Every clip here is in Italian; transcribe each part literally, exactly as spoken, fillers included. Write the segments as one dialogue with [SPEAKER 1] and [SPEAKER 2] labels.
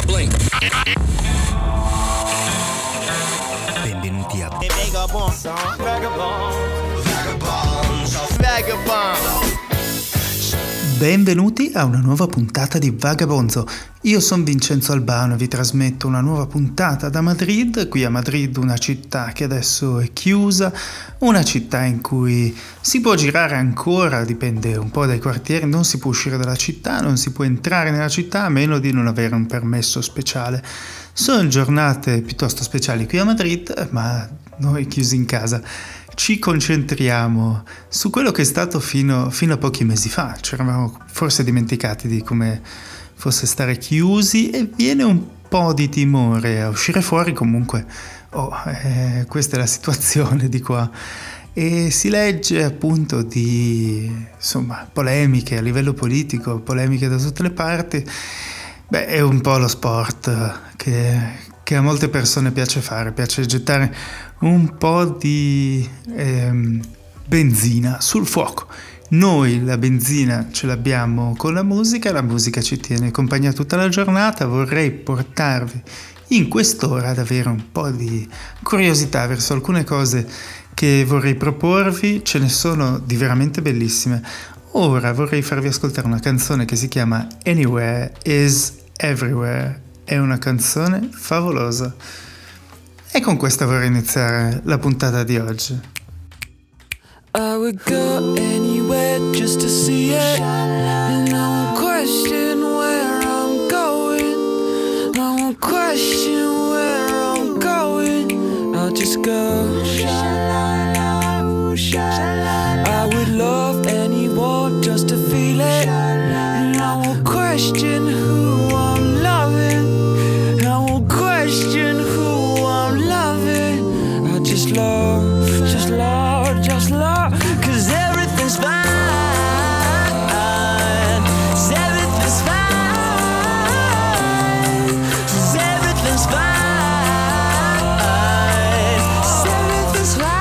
[SPEAKER 1] Blink.
[SPEAKER 2] Benvenuti a
[SPEAKER 3] Vagabonds, Vagabonds, Vagabonds.
[SPEAKER 4] Benvenuti a una nuova puntata di Vagabonzo. Io sono Vincenzo Albano e vi trasmetto una nuova puntata da Madrid. Qui a Madrid, una città che adesso è chiusa, una città in cui si può girare ancora, dipende un po' dai quartieri, non si può uscire dalla città, non si può entrare nella città a meno di non avere un permesso speciale. Sono giornate piuttosto speciali qui a Madrid, ma noi chiusi in casa ci concentriamo su quello che è stato fino, fino a pochi mesi fa. Ci eravamo forse dimenticati di come fosse stare chiusi e viene un po' di timore a uscire fuori. Comunque oh, eh, questa è la situazione di qua e si legge appunto di insomma polemiche a livello politico, polemiche da tutte le parti. Beh, è un po' lo sport che, che a molte persone piace fare, piace gettare un po' di ehm, benzina sul fuoco. Noi la benzina ce l'abbiamo con la musica, la musica ci tiene compagnia tutta la giornata. Vorrei portarvi in quest'ora ad avere un po' di curiosità verso alcune cose che vorrei proporvi, ce ne sono di veramente bellissime. Ora vorrei farvi ascoltare una canzone che si chiama Anywhere is Everywhere, è una canzone favolosa. E con questa vorrei iniziare la puntata di oggi.
[SPEAKER 5] I would go anywhere just to see it, and I won't question where I'm going. I won't question where I'm going. I'll just go. I would love anyone just to feel it, and I won't question who I'm loving. I won't question who I'm loving. I just love, just love, just love, 'cause everything's fine. 'Cause everything's fine. 'Cause everything's fine. 'Cause everything's fine.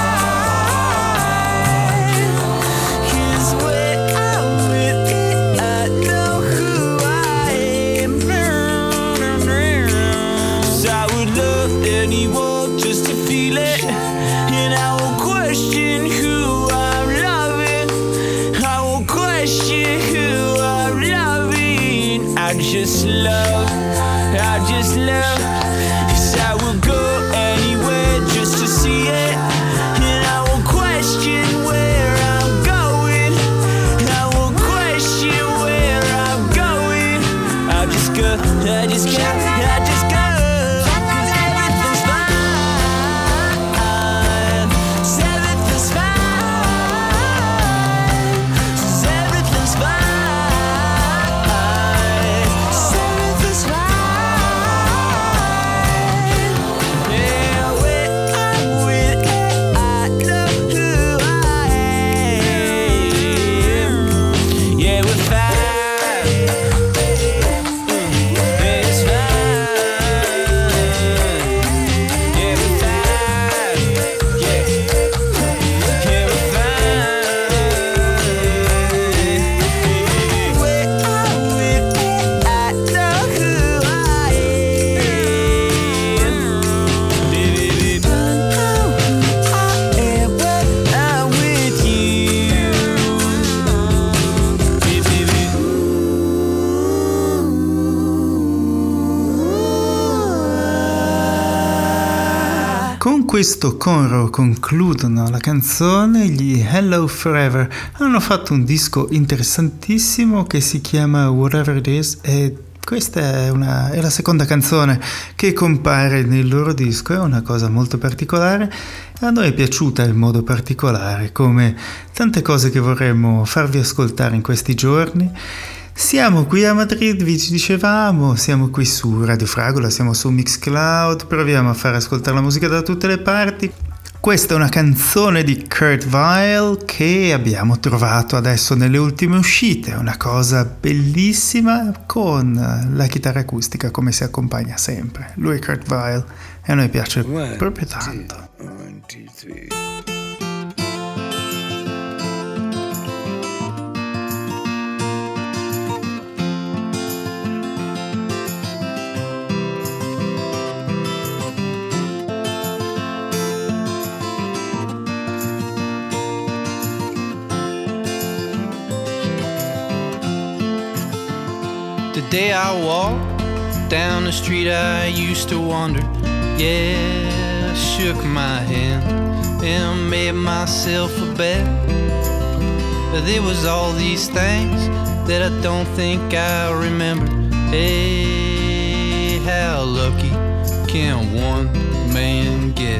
[SPEAKER 5] 'Cause when I'm with you, I know who I am. 'Cause I would love anyone just to feel it, and I won't question who I'm loving. I won't question who I'm loving. I just love, I just love. 'Cause I will go anywhere just to see it, and I won't question where I'm going. I won't question where I'm going. I just go, I just go, I just go. 'Cause everything's fine. 'Cause everything's fine. 'Cause everything's fine. 'Cause everything's fine. Yeah, when I'm with you, I know who I am. Yeah, we're fine. It's fine. Yeah, we're fine. Yeah. Yeah, we're fine. When I'm with you, I know who I am. Baby, I know who I am when I'm with you. Baby,
[SPEAKER 4] Con questo coro concludono la canzone gli Hello Forever. Hanno fatto un disco interessantissimo che si chiama Whatever It Is e questa è, una, è la seconda canzone che compare nel loro disco. È una cosa molto particolare. A noi è piaciuta in modo particolare, come tante cose che vorremmo farvi ascoltare in questi giorni. Siamo qui a Madrid, vi dicevamo, siamo qui su Radio Fragola, siamo su Mixcloud, proviamo a far ascoltare la musica da tutte le parti. Questa è una canzone di Kurt Vile che abbiamo trovato adesso nelle ultime uscite, una cosa bellissima con la chitarra acustica come si accompagna sempre. Lui è Kurt Vile e a noi piace one, proprio tanto.
[SPEAKER 6] Two, one, two, three.
[SPEAKER 5] The day I walked down the street I used to wander, yeah, shook my hand and made myself a bet. There was all these things that I don't think I remember. Hey, how lucky can one man get?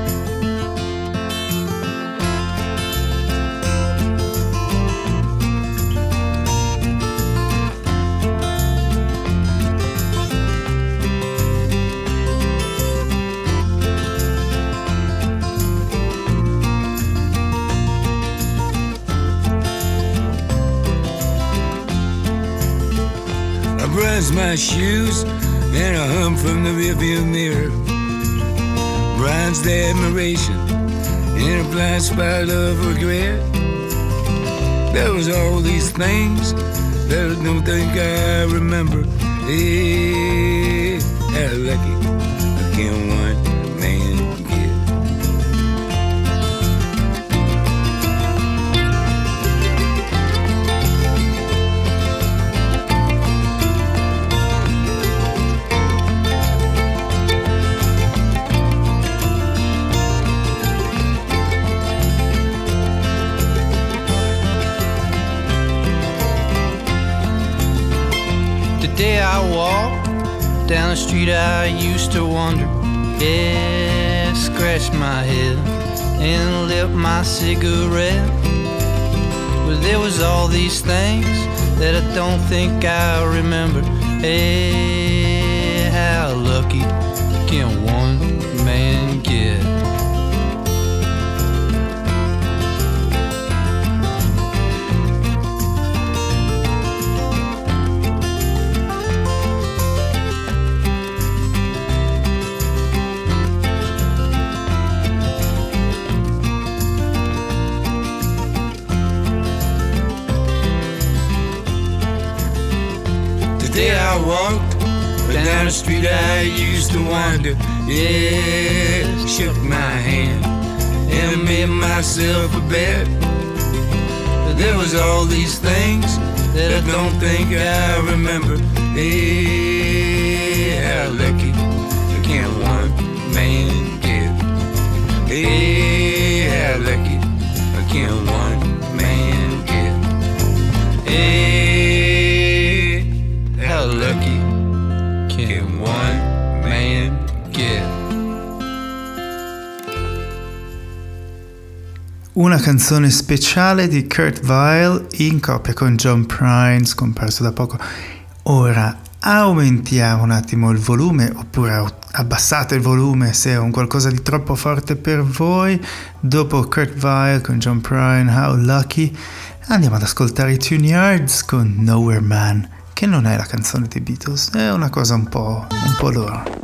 [SPEAKER 1] Brush my shoes and a hum from the rearview mirror. Bronze the admiration in a blind spot of regret. There was all these things that I don't think I remember. Hey, how lucky can one man get?
[SPEAKER 5] The day I walked down the street I used to wander, yeah, scratched my head and lit my cigarette. But there was all these things that I don't think I remember. Hey, how lucky can one man get?
[SPEAKER 1] The day I walked down the street I used to wander, yeah, shook my hand and made myself a bet. There was all these things that I don't think I remember. Hey, how lucky can one man get? Hey, how lucky can one man get? Hey, how lucky can one man get?
[SPEAKER 4] Una canzone speciale di Kurt Vile in coppia con John Prine, scomparso da poco. Ora aumentiamo un attimo il volume, oppure abbassate il volume se è un qualcosa di troppo forte per voi. Dopo Kurt Vile con John Prine, How Lucky, andiamo ad ascoltare i Tune Yards con Nowhere Man, che non è la canzone dei Beatles, è una cosa un po', un po' loro.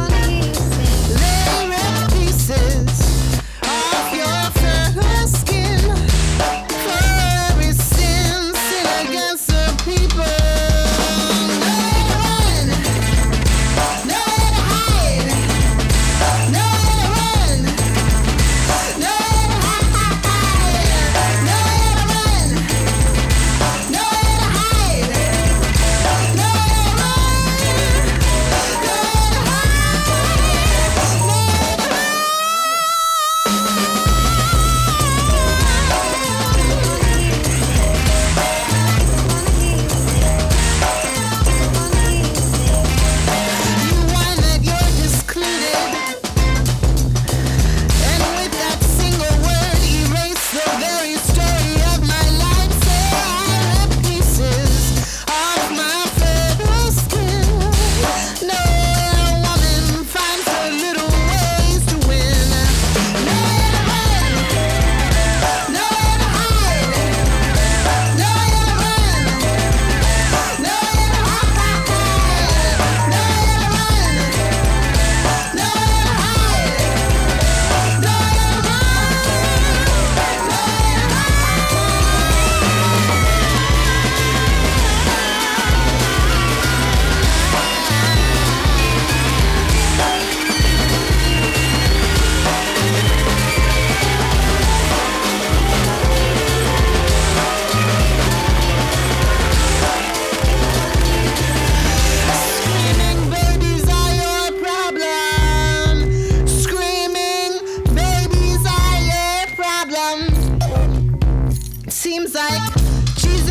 [SPEAKER 2] Skin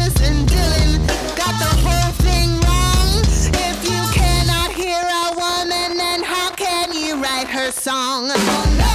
[SPEAKER 2] Chris and Dylan got the whole thing wrong. If you cannot hear a woman, then how can you write her song? Oh, no.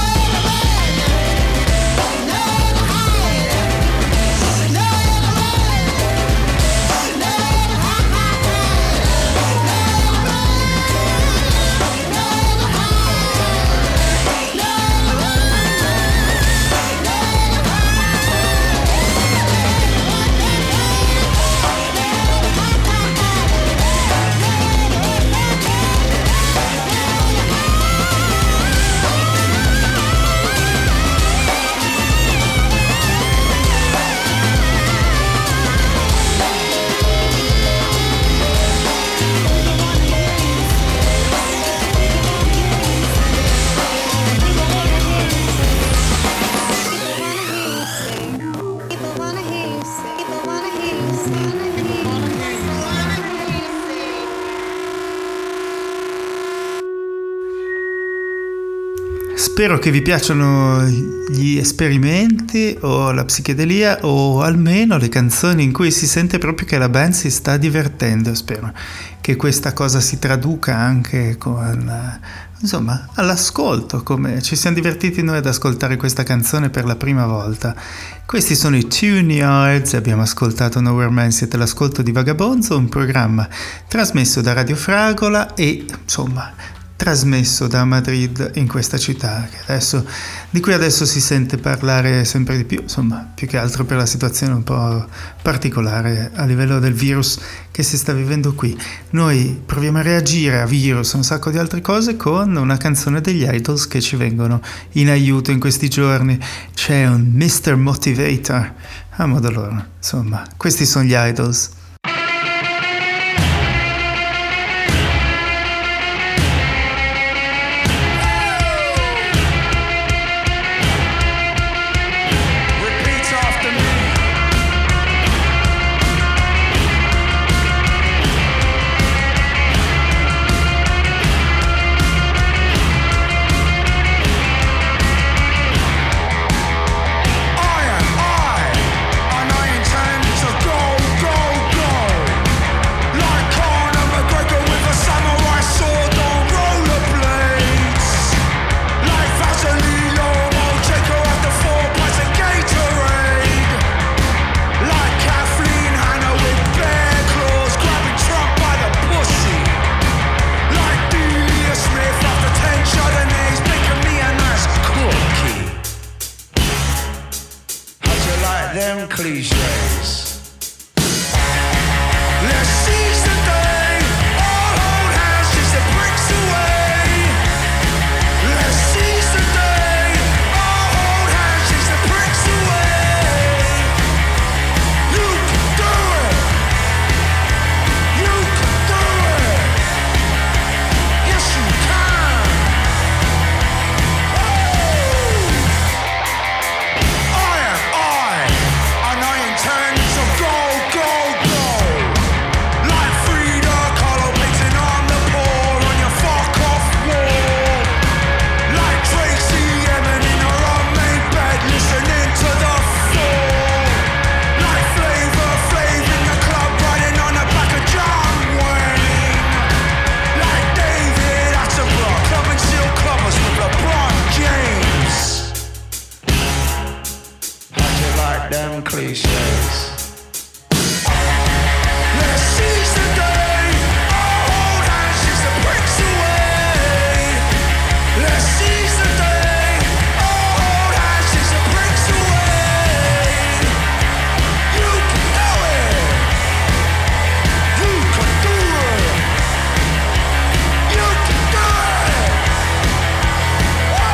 [SPEAKER 4] Spero che vi piacciono gli esperimenti o la psichedelia o almeno le canzoni in cui si sente proprio che la band si sta divertendo. Spero che questa cosa si traduca anche con, insomma, all'ascolto, come ci siamo divertiti noi ad ascoltare questa canzone per la prima volta. Questi sono i Tune Yards, abbiamo ascoltato Nowhere Man, siete all'ascolto di Vagabonzo, un programma trasmesso da Radio Fragola e, insomma, trasmesso da Madrid in questa città che adesso, di cui adesso si sente parlare sempre di più, insomma, più che altro per la situazione un po' particolare a livello del virus che si sta vivendo qui. Noi proviamo a reagire a virus e un sacco di altre cose con una canzone degli Idols che ci vengono in aiuto in questi giorni. C'è un mister Motivator a modo loro, insomma, questi sono gli Idols.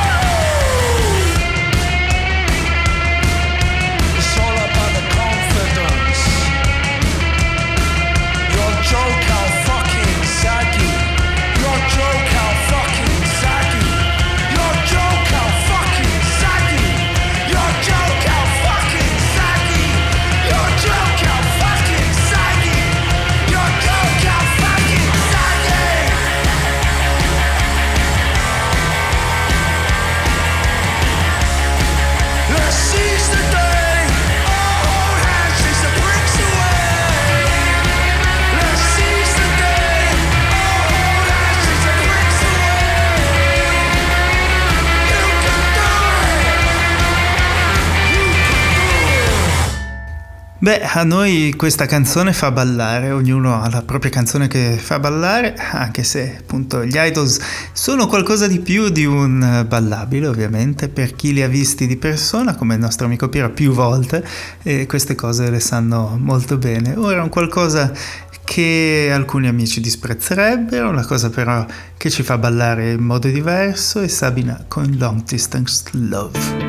[SPEAKER 5] It's all about the confidence.
[SPEAKER 4] Beh, a noi questa canzone fa ballare, ognuno ha la propria canzone che fa ballare, anche se appunto gli Idols sono qualcosa di più di un ballabile, ovviamente, per chi li ha visti di persona, come il nostro amico Piero più volte, e queste cose le sanno molto bene. Ora un qualcosa che alcuni amici disprezzerebbero, una cosa però che ci fa ballare in modo diverso, è Sabina con Long Distance Love.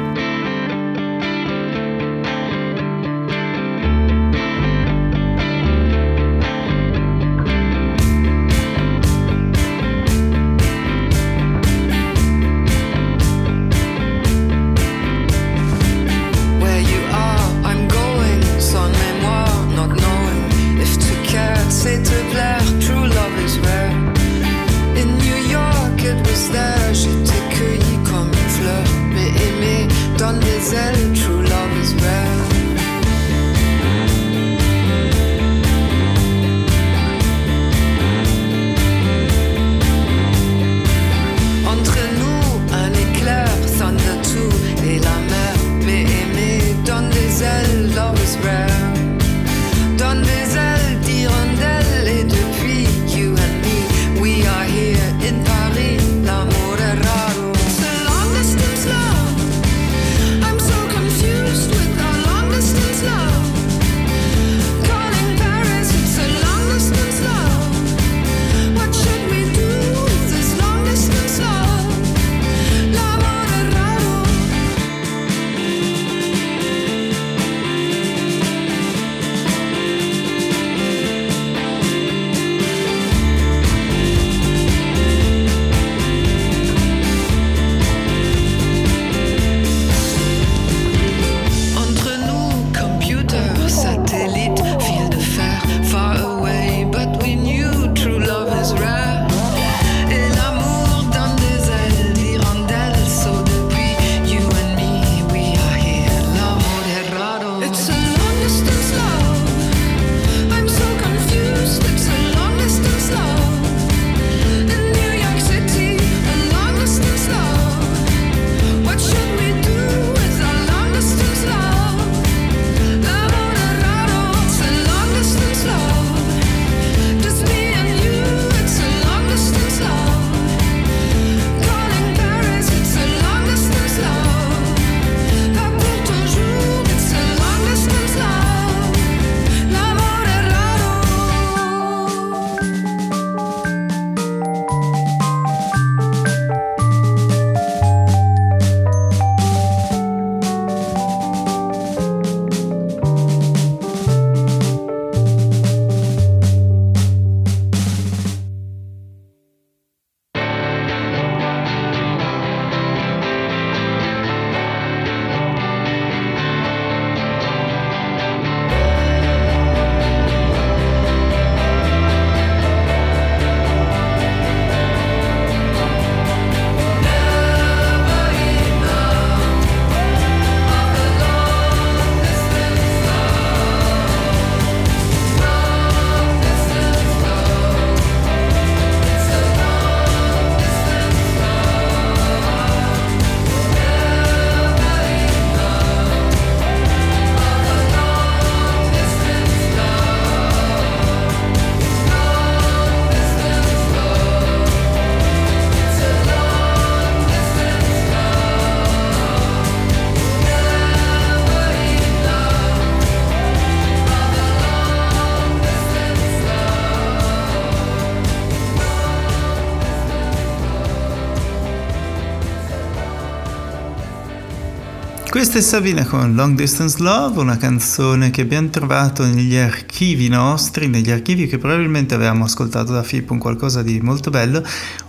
[SPEAKER 4] Questa è Sabina con Long Distance Love, una canzone che abbiamo trovato negli archivi nostri, negli archivi che probabilmente avevamo ascoltato da Filippo, un qualcosa di molto bello.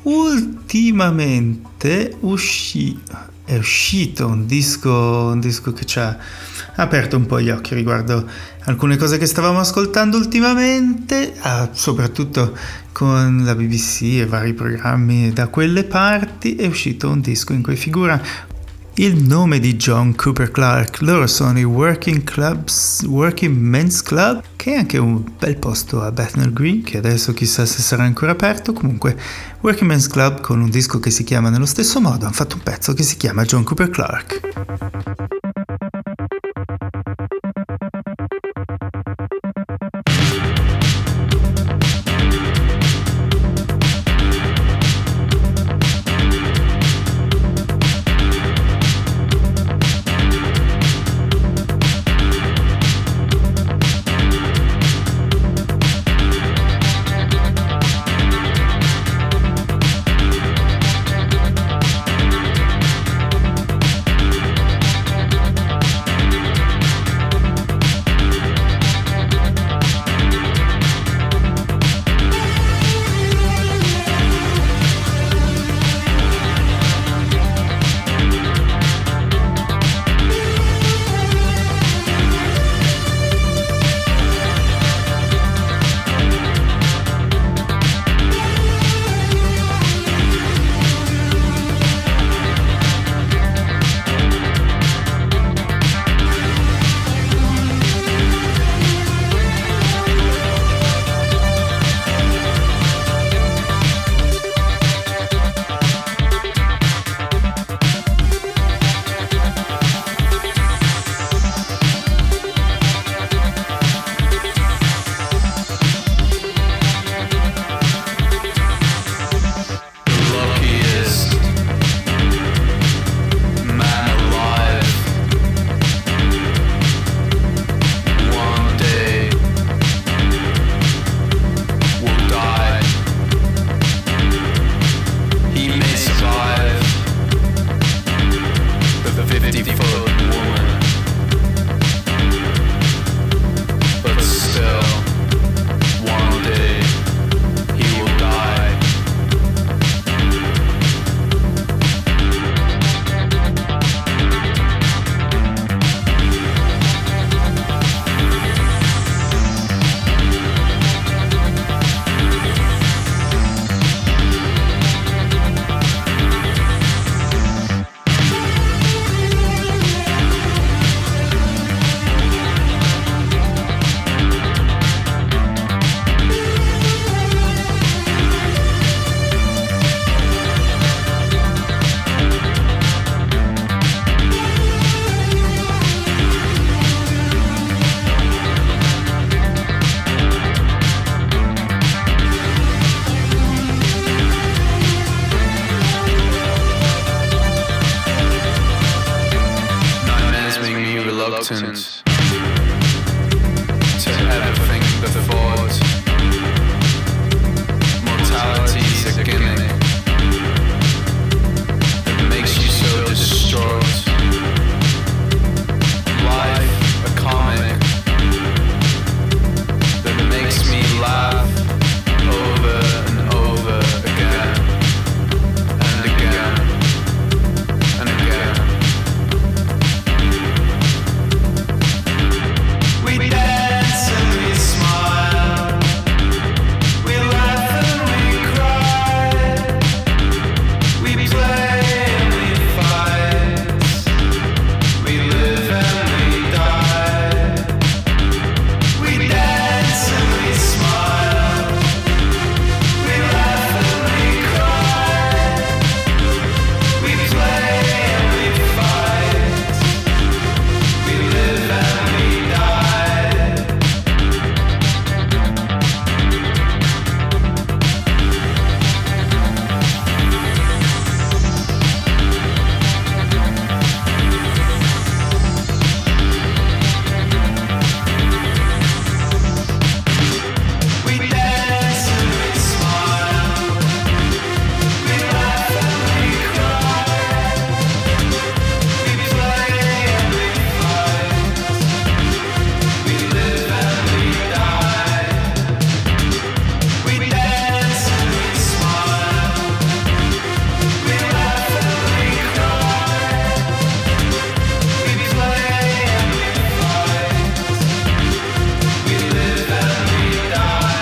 [SPEAKER 4] Ultimamente uscì, è uscito un disco, un disco che ci ha aperto un po' gli occhi riguardo alcune cose che stavamo ascoltando ultimamente, ah, soprattutto con la B B C e vari programmi da quelle parti. È uscito un disco in cui figura il nome di John Cooper Clarke. Loro sono i Working Clubs, Working Men's Club, che è anche un bel posto a Bethnal Green, che adesso chissà se sarà ancora aperto. Comunque Working Men's Club, con un disco che si chiama nello stesso modo, hanno fatto un pezzo che si chiama John Cooper Clarke.
[SPEAKER 6] reluctant to ever think the thought mortality's a gimmick that makes you so distraught. Life a comic that makes me laugh over and over again and again and again. We dance and we smile, we laugh and we cry, we play and we fight, we live and we die. We dance and we smile, we laugh and we cry, we play and we fight, we live and we die. We dance and we smile, we laugh and we cry, we play and we fight, we live and we die. We dance and we smile, we laugh and we cry, we play and we fight, we live and we die.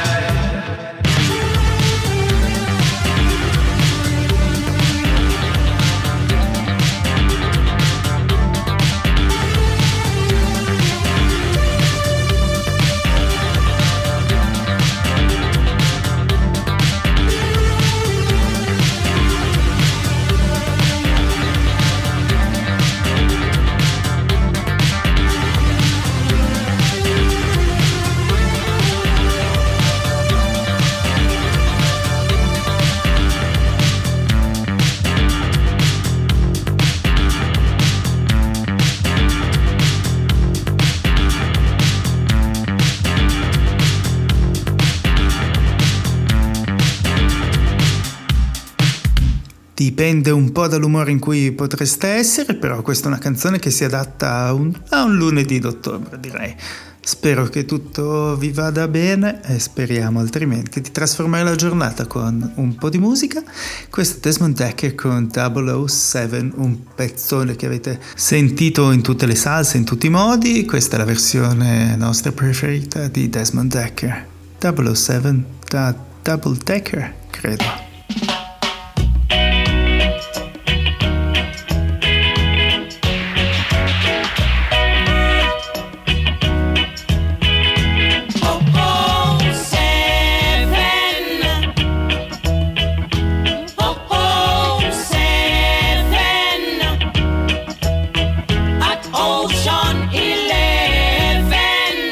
[SPEAKER 4] Dipende un po' dall'umore in cui potreste essere, però questa è una canzone che si adatta a un, a un lunedì d'ottobre, direi. Spero che tutto vi vada bene e speriamo altrimenti di trasformare la giornata con un po' di musica. Questo è Desmond Dekker con double oh seven, un pezzone che avete sentito in tutte le salse, in tutti i modi. Questa è la versione nostra preferita di Desmond Dekker. double oh seven da Double Dekker, credo.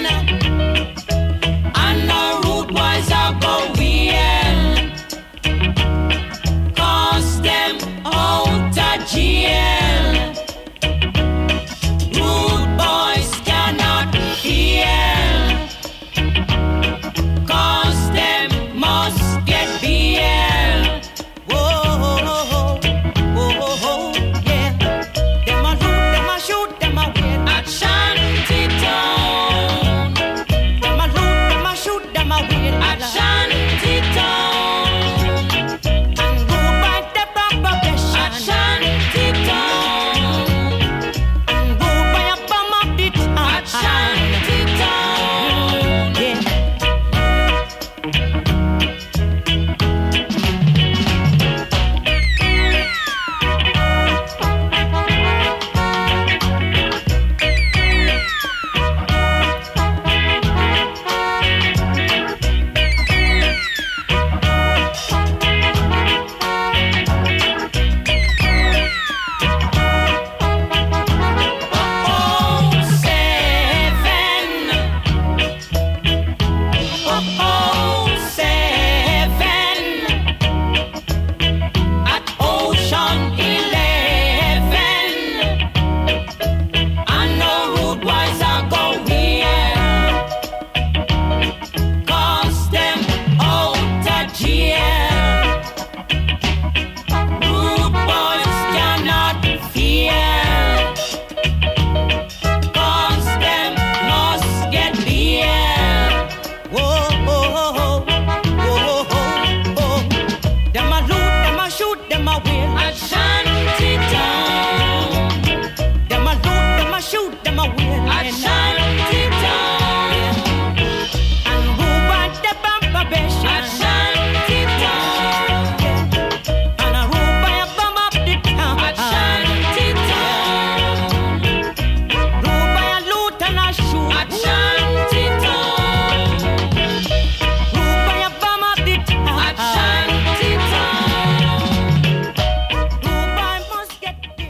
[SPEAKER 5] And the route was a go wheel.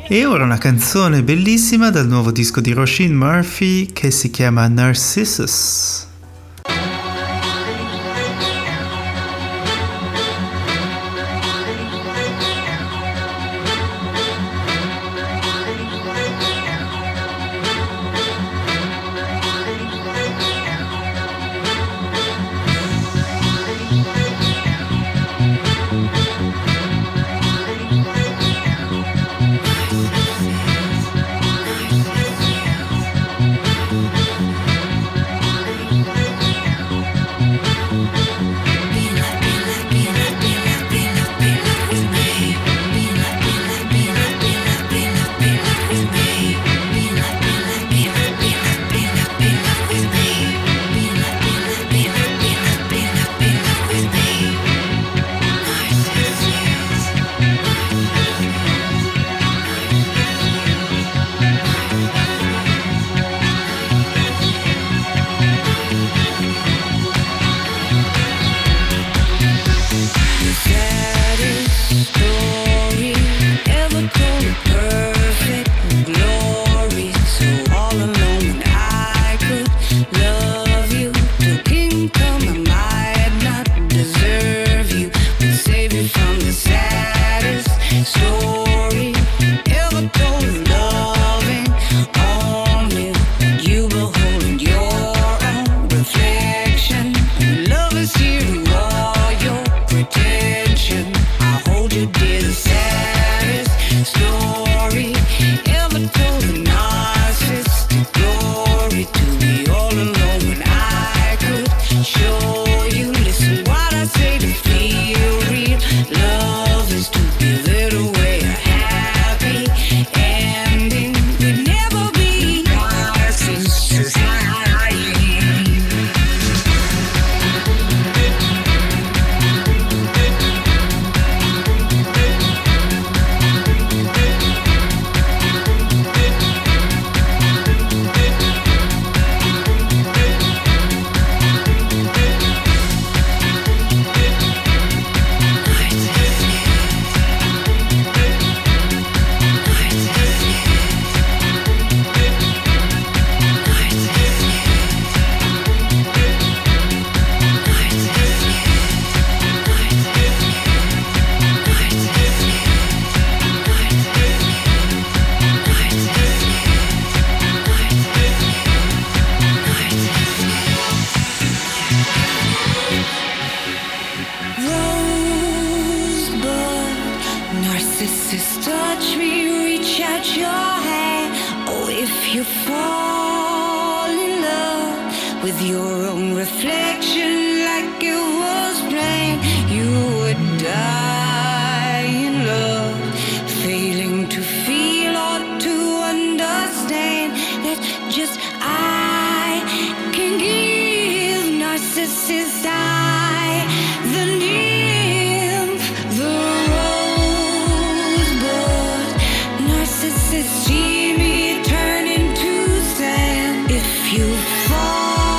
[SPEAKER 4] E ora una canzone bellissima dal nuovo disco di Roisin Murphy che si chiama Narcissus.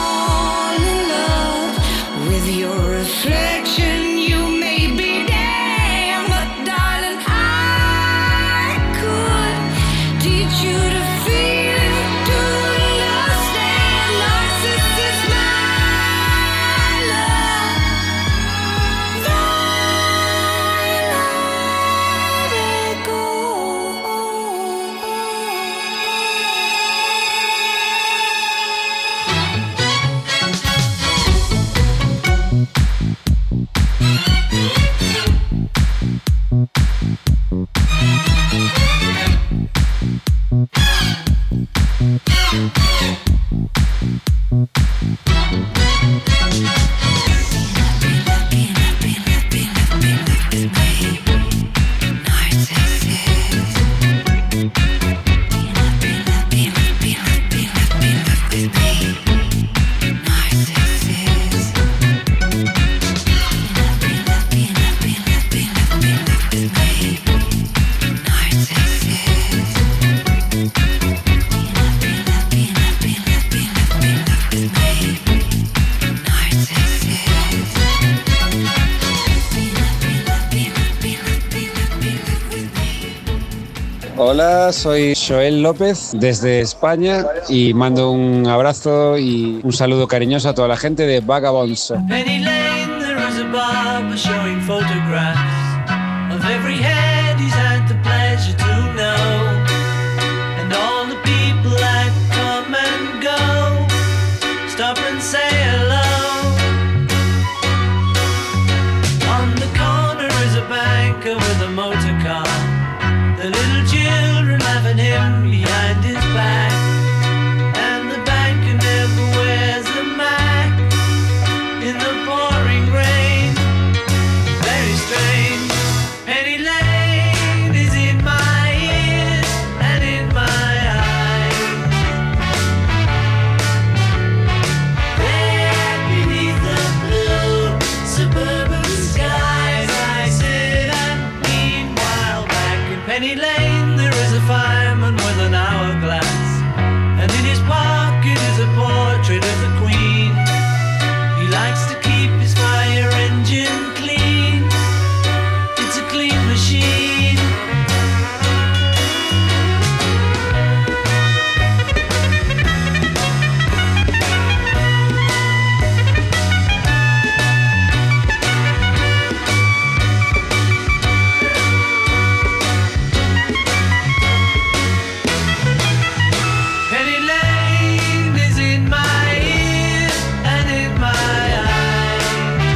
[SPEAKER 5] Reflection, you may be dead.
[SPEAKER 7] Hola, soy Joel López desde España y mando un abrazo y un saludo cariñoso a toda la gente de Vagabonds.
[SPEAKER 5] Penny Lane, there is a barber showing photographs of every head he's had the pleasure to know, and all the people that come and go stop and say hello. On the corner is a banker with a motor car, the little children laughing him behind his back, and the banker never wears a Mac in the pouring rain. Very strange. Penny Lane is in my ears and in my eyes. There beneath the blue suburban skies I sit and meanwhile back in Penny Lane there is a fireman with an hourglass, and in his pocket is a portrait of the Queen. He likes to keep his fire engine clean. It's a clean machine. Penny Lane is in my ears and in my eyes.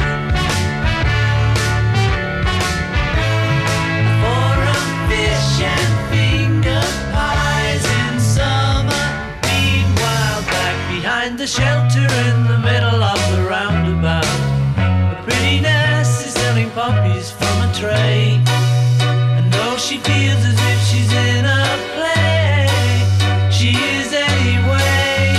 [SPEAKER 5] For a fish and finger pies in summer. Meanwhile, back behind the shelter in the middle of the roundabout, a pretty nurse is selling puppies from a tray. And though she feels as if she's in a play, she is anyway.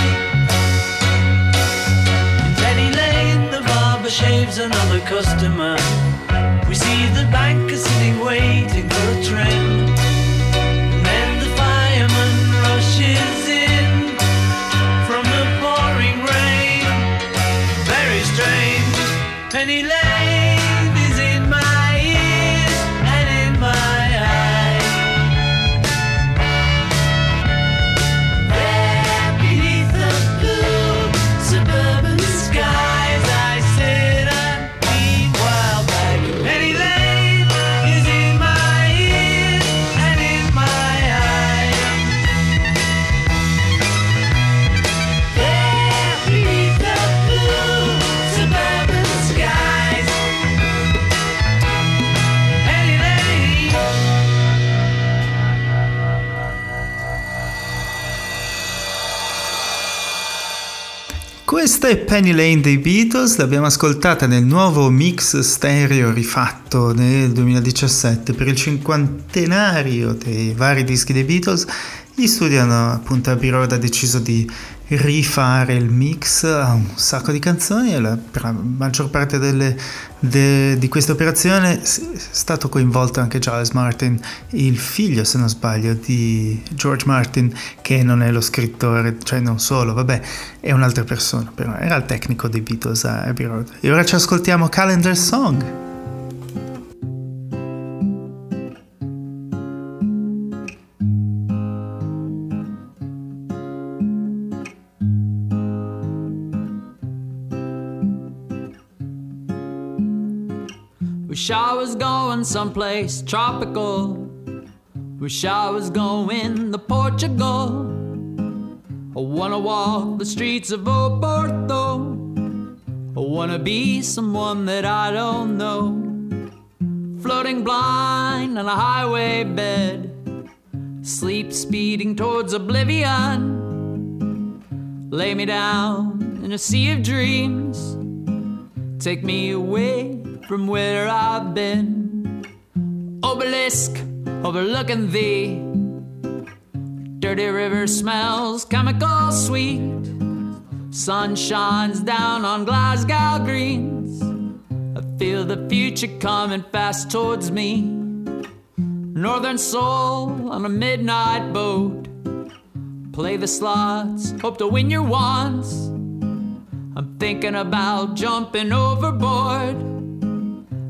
[SPEAKER 5] In Penny Lane, the barber shaves another customer. We see the banker sitting waiting for a train. And then the fireman rushes in from the pouring rain. Very strange. Penny Lane is in my ears and in my eyes. There beneath the blue suburban skies I sit and meanwhile back in Penny Lane is in my ears and in my eyes. There beneath the blue suburban skies, Penny Lane.
[SPEAKER 4] Questa è Penny Lane dei Beatles, l'abbiamo ascoltata nel nuovo mix stereo rifatto nel duemiladiciassette per il cinquantenario dei vari dischi dei Beatles. Gli studi hanno appunto Abbey Road ha deciso di rifare il mix a un sacco di canzoni e la, per la maggior parte delle, de, di questa operazione è stato coinvolto anche Giles Martin, il figlio se non sbaglio di George Martin, che non è lo scrittore, cioè non solo, vabbè, è un'altra persona, però era il tecnico dei Beatles a Abbey Road. E ora ci ascoltiamo Calendar Song.
[SPEAKER 8] Wish I was going someplace tropical. Wish I was going to Portugal. I wanna walk the streets of Oporto. I wanna be someone that I don't know. Floating blind on a highway bed. Sleep speeding towards oblivion. Lay me down in a sea of dreams. Take me away from where I've been. Obelisk overlooking thee. Dirty river smells chemical sweet. Sun shines down on Glasgow greens. I feel the future coming fast towards me. Northern soul on a midnight boat. Play the slots, hope to win your wands. I'm thinking about jumping overboard.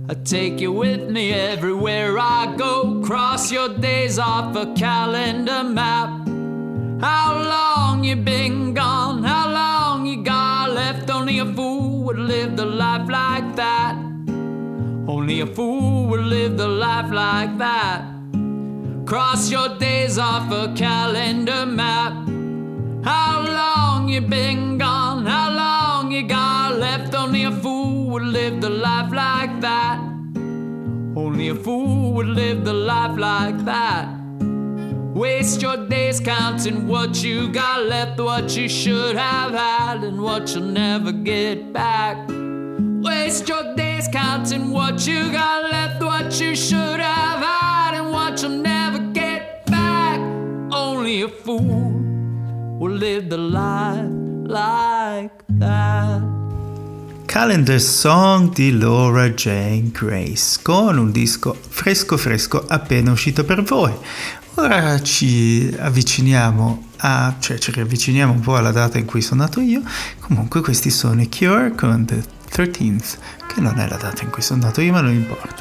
[SPEAKER 8] I take you with me everywhere I go. Cross your days off a calendar map. How long you been gone? How long you got left? Only a fool would live the life like that. Only a fool would live the life like that. Cross your days off a calendar map. How long you been gone? How long you got left? Only a fool would live the life like that. Only a fool would live the life like that. Waste your days counting what you got left, what you should have had, and what you'll never get back. Waste your days counting what you got left, what you should have had, and what you'll never get back. Only a fool will live the life like that.
[SPEAKER 4] Calendar Song di Laura Jane Grace, con un disco fresco fresco appena uscito per voi. Ora ci avviciniamo a, cioè ci riavviciniamo un po' alla data in cui sono nato io. Comunque questi sono i Cure con The thirteenth, che non è la data in cui sono nato io, ma non importa.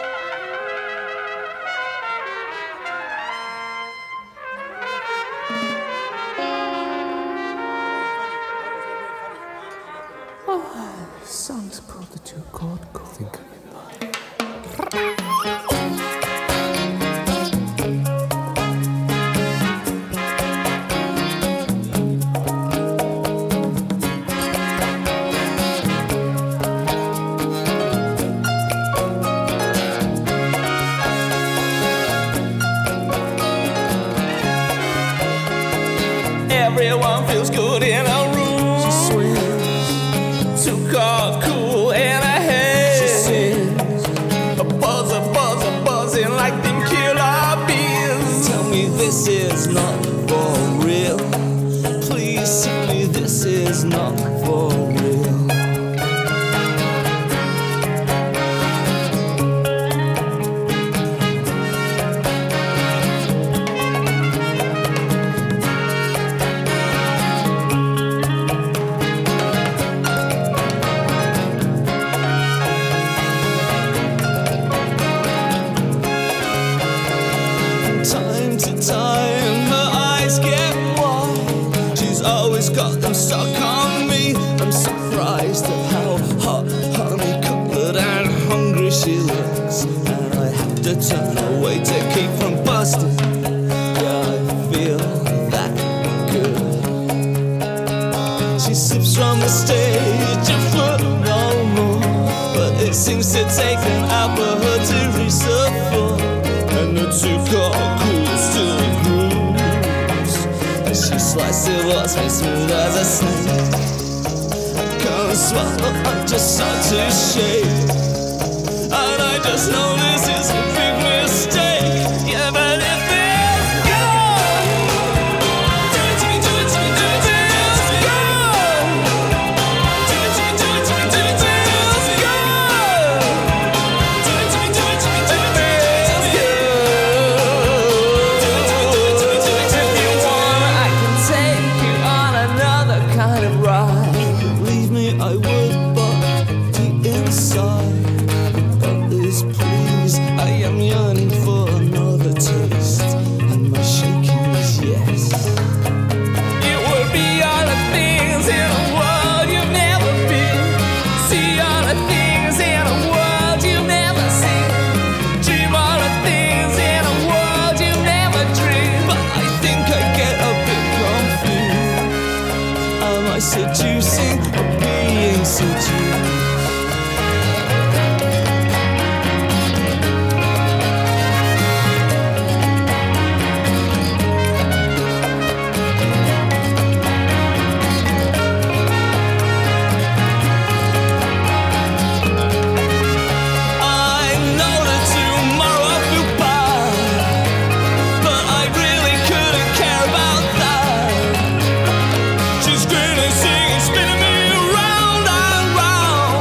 [SPEAKER 5] Songs called the two chord chord. Think of it.
[SPEAKER 6] Everyone feels good in a room. She swims. Two chord cool in her head. She sings. A buzz, a buzz, a buzzing like them killer bees.
[SPEAKER 5] Tell me this is not for real. Please tell me this is not for real.
[SPEAKER 6] Time to time, her eyes get wide. She's always got them stuck on me. I'm surprised at how hot, honey-colored and hungry she looks. And I have to turn away to keep from busting. Yeah, I feel that good. She sips from the stage a foot no more, but it seems to take an hour for her to reach the floor. And the two chord cool still grooves. And she slices what's me smooth as a snake. I can't swallow, I just start to shake. And I just know this is a big mistake. Yeah, but if it's gone, do it to me, do it to me, do it to me, it's gone. Do it to me, do it to me, do it to me, it's gone. Do it to me, do it to me, do it to me. Kind of ride. Believe me, I would, but deep inside, but this please, I am yearning for another taste, and my shaking is yes. It would be all the things in a world you've never been. See all the things in a world you've never seen. Dream all the things in a world you've never dreamed. But I think I get a bit confused. Am I seducing or being seduced? I know that tomorrow I'll feel bad, but I really couldn't care about that. She's grinning, singing, spinning me round and round.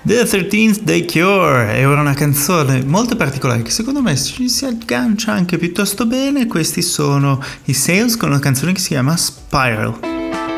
[SPEAKER 4] The thirteenth Day Cure è ora una canzone molto particolare che secondo me ci si aggancia anche piuttosto bene. Questi sono i Sales con una canzone che si chiama Spiral.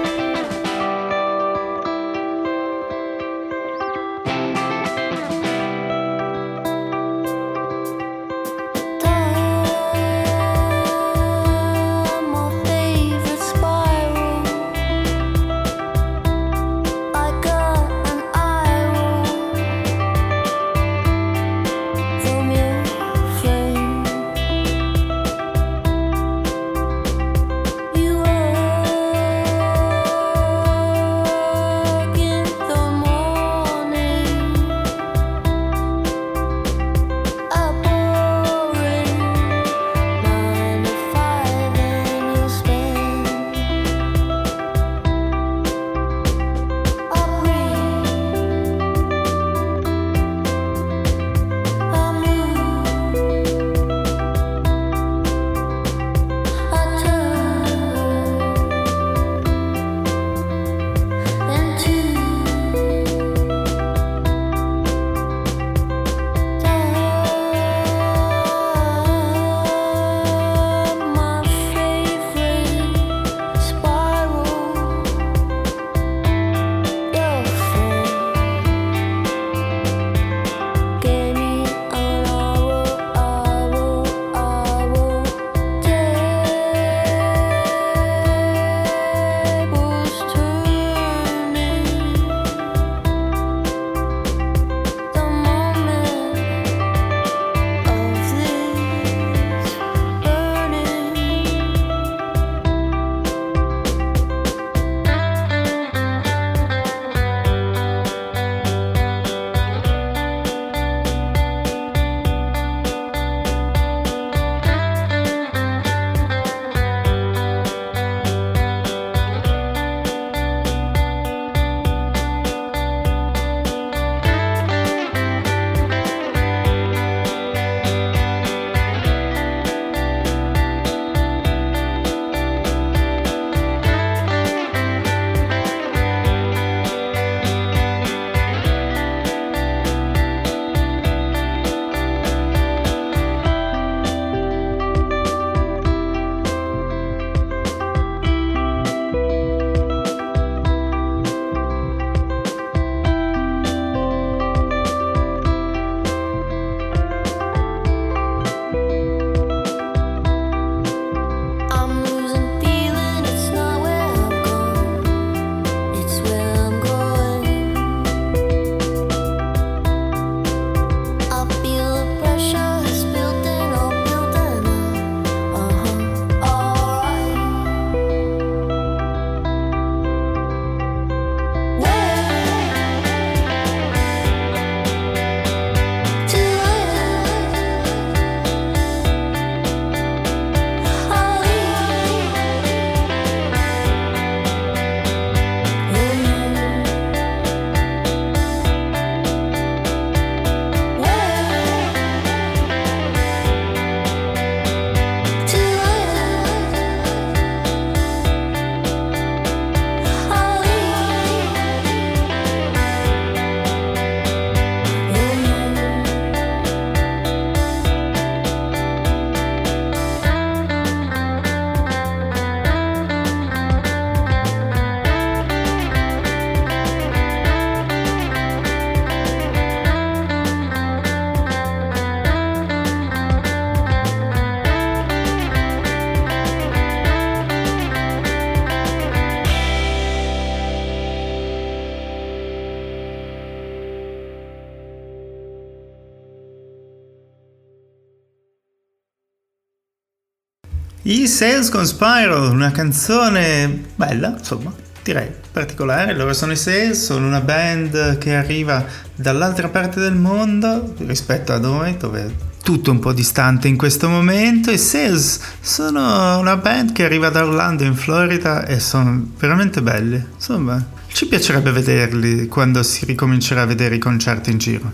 [SPEAKER 4] I Sales con Spiral, una canzone bella, insomma, direi particolare. Loro sono i Sales, sono una band che arriva dall'altra parte del mondo rispetto a noi, dove tutto un po' distante in questo momento. I Sales sono una band che arriva da Orlando in Florida e sono veramente belli, insomma ci piacerebbe vederli quando si ricomincerà a vedere i concerti in giro.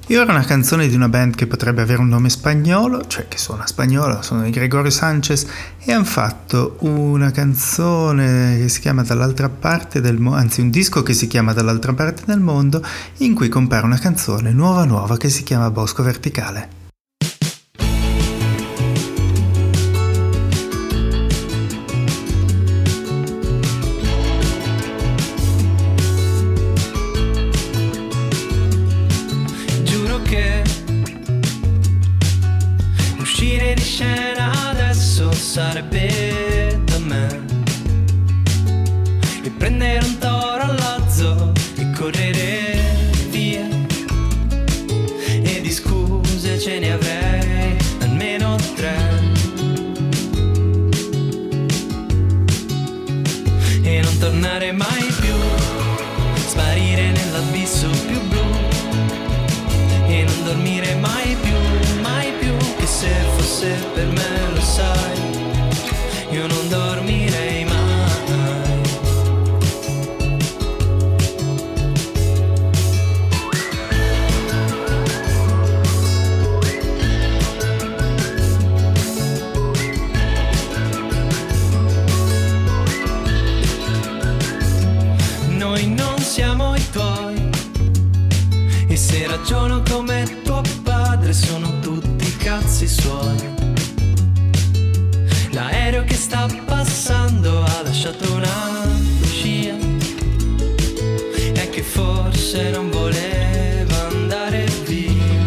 [SPEAKER 4] E ora una canzone di una band che potrebbe avere un nome spagnolo, cioè che suona spagnolo, sono i Gregorio Sanchez, e hanno fatto una canzone che si chiama Dall'altra parte del mondo, anzi un disco che si chiama Dall'altra parte del mondo, in cui compare una canzone nuova nuova che si chiama Bosco Verticale.
[SPEAKER 6] Sarebbe da me e prendere un toro all'azzo e correre via, e di scuse ce ne avrei almeno tre, e non tornare mai più, sparire nell'abisso più blu, e non dormire mai più, mai più, che se fosse per me, lo sai, io non dormirei mai. Noi non siamo i tuoi, e se ragiono come tuo padre sono tutti cazzi suoi. L'aereo che sta passando ha lasciato una scia, e che forse non voleva andare via.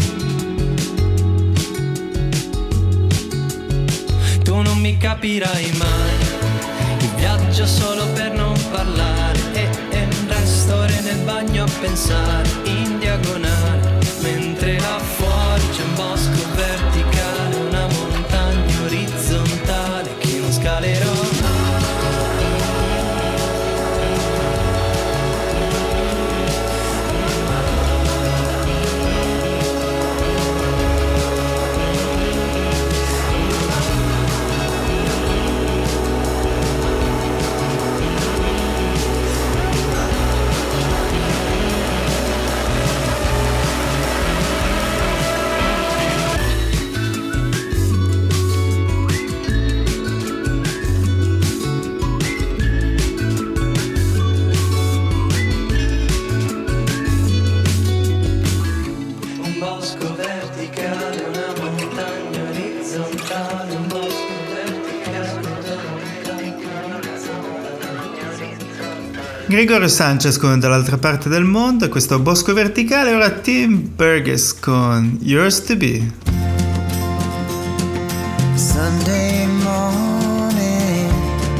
[SPEAKER 6] Tu non mi capirai mai, il viaggio solo per non parlare, e, e resto ore nel bagno a pensare in diagonale, mentre là fuori c'è un bosco verticale, una montagna orizzontale che non scalerò.
[SPEAKER 4] Gregorio Sanchez con Dall'altra parte del mondo, questo Bosco Verticale. Ora Tim Burgess con Yours to Be.
[SPEAKER 9] Sunday morning,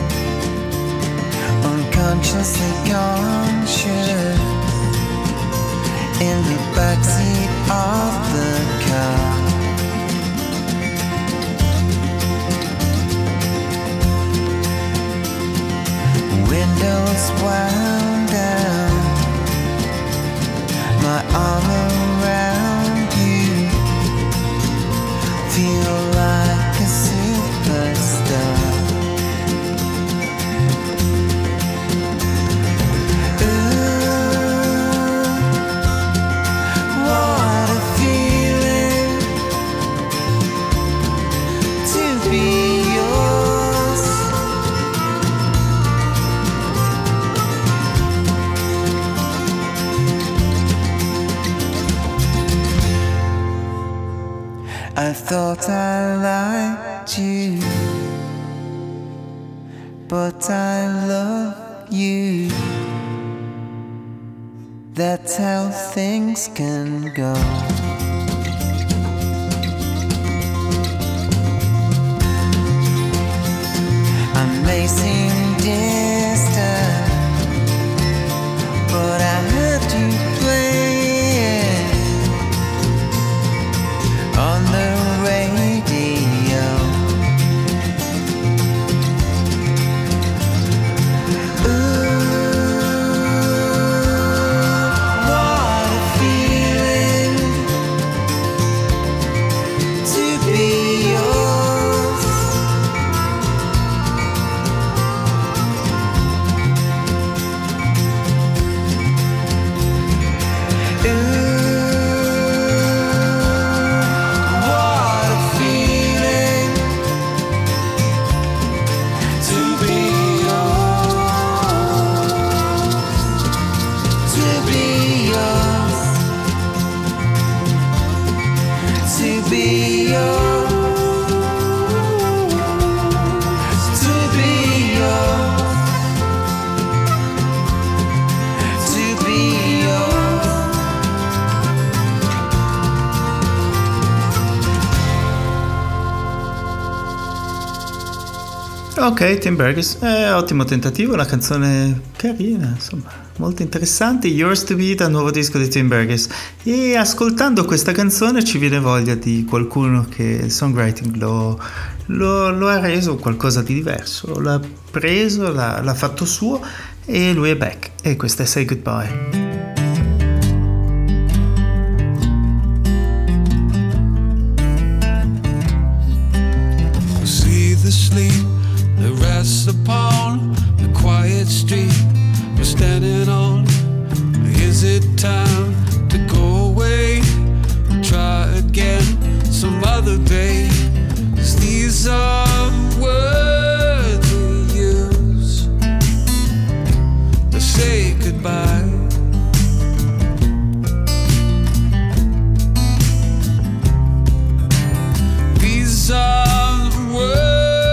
[SPEAKER 9] unconsciously conscious, in the backseat of the car. Windows wound down, my arm around you, feel like a superstar. Ooh, what a feeling to be yours. I thought I liked you, but I love you. That's how things can go. Amazing distance, but I heard you play on the radio. Ooh, what a feeling
[SPEAKER 4] Ok, Tim Burgess, eh, ottimo tentativo, una canzone carina, insomma, molto interessante. Yours to Be, dal nuovo disco di Tim Burgess. E ascoltando questa canzone ci viene voglia di qualcuno che il songwriting lo, lo, lo ha reso qualcosa di diverso, l'ha preso, l'ha, l'ha fatto suo, e lui è back. E questa è Say Goodbye.
[SPEAKER 10] Sleep that rests upon the quiet street we're standing on. Is it time to go away and try again some other day? 'Cause these are words we use to say goodbye. These are words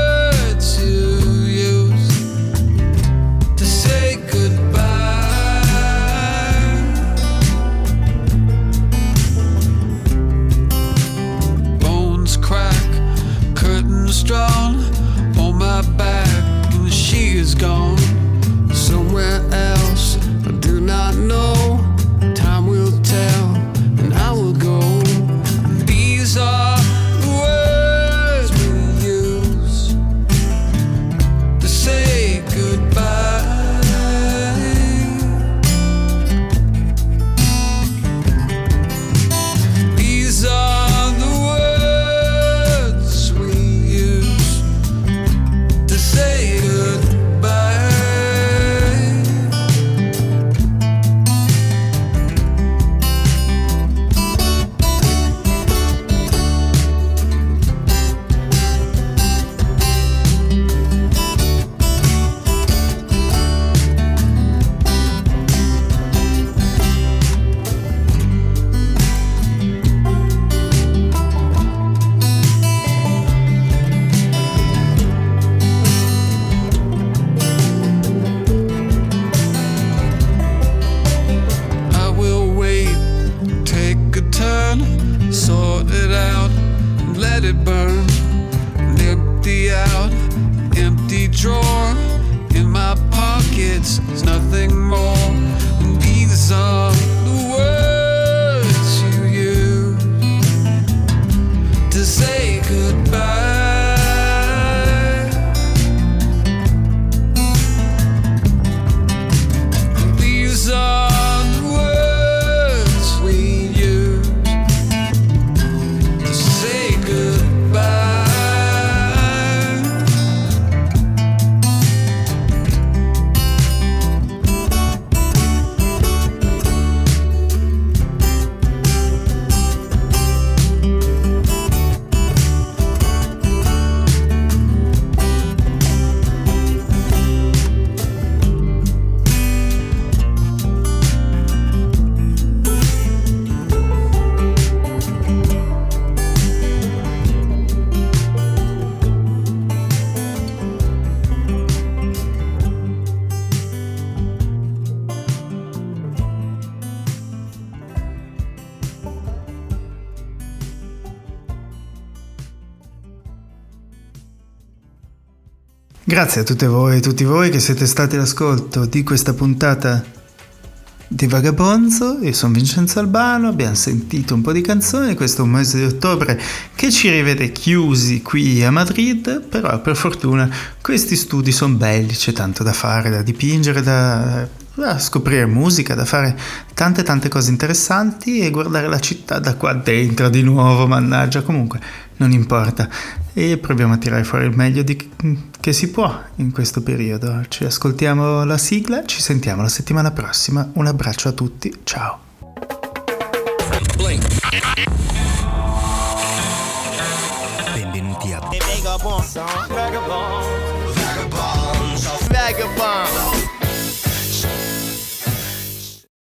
[SPEAKER 10] strong on my back, and she is gone somewhere else. I do not know. Time will tell, and I will go. These are the words we use to say goodbye. These are
[SPEAKER 4] Grazie a tutte voi e tutti voi che siete stati all'ascolto di questa puntata di Vagabonzo. Io sono Vincenzo Albano, abbiamo sentito un po' di canzoni, questo è un mese di ottobre che ci rivede chiusi qui a Madrid, però per fortuna questi studi sono belli, c'è tanto da fare, da dipingere, da, da scoprire musica, da fare tante tante cose interessanti e guardare la città da qua dentro di nuovo, mannaggia, comunque non importa, e proviamo a tirare fuori il meglio di, che si può in questo periodo. Ci ascoltiamo la sigla, ci sentiamo la settimana prossima, un abbraccio a tutti, ciao.
[SPEAKER 11] Benvenuti a
[SPEAKER 3] Vagabond,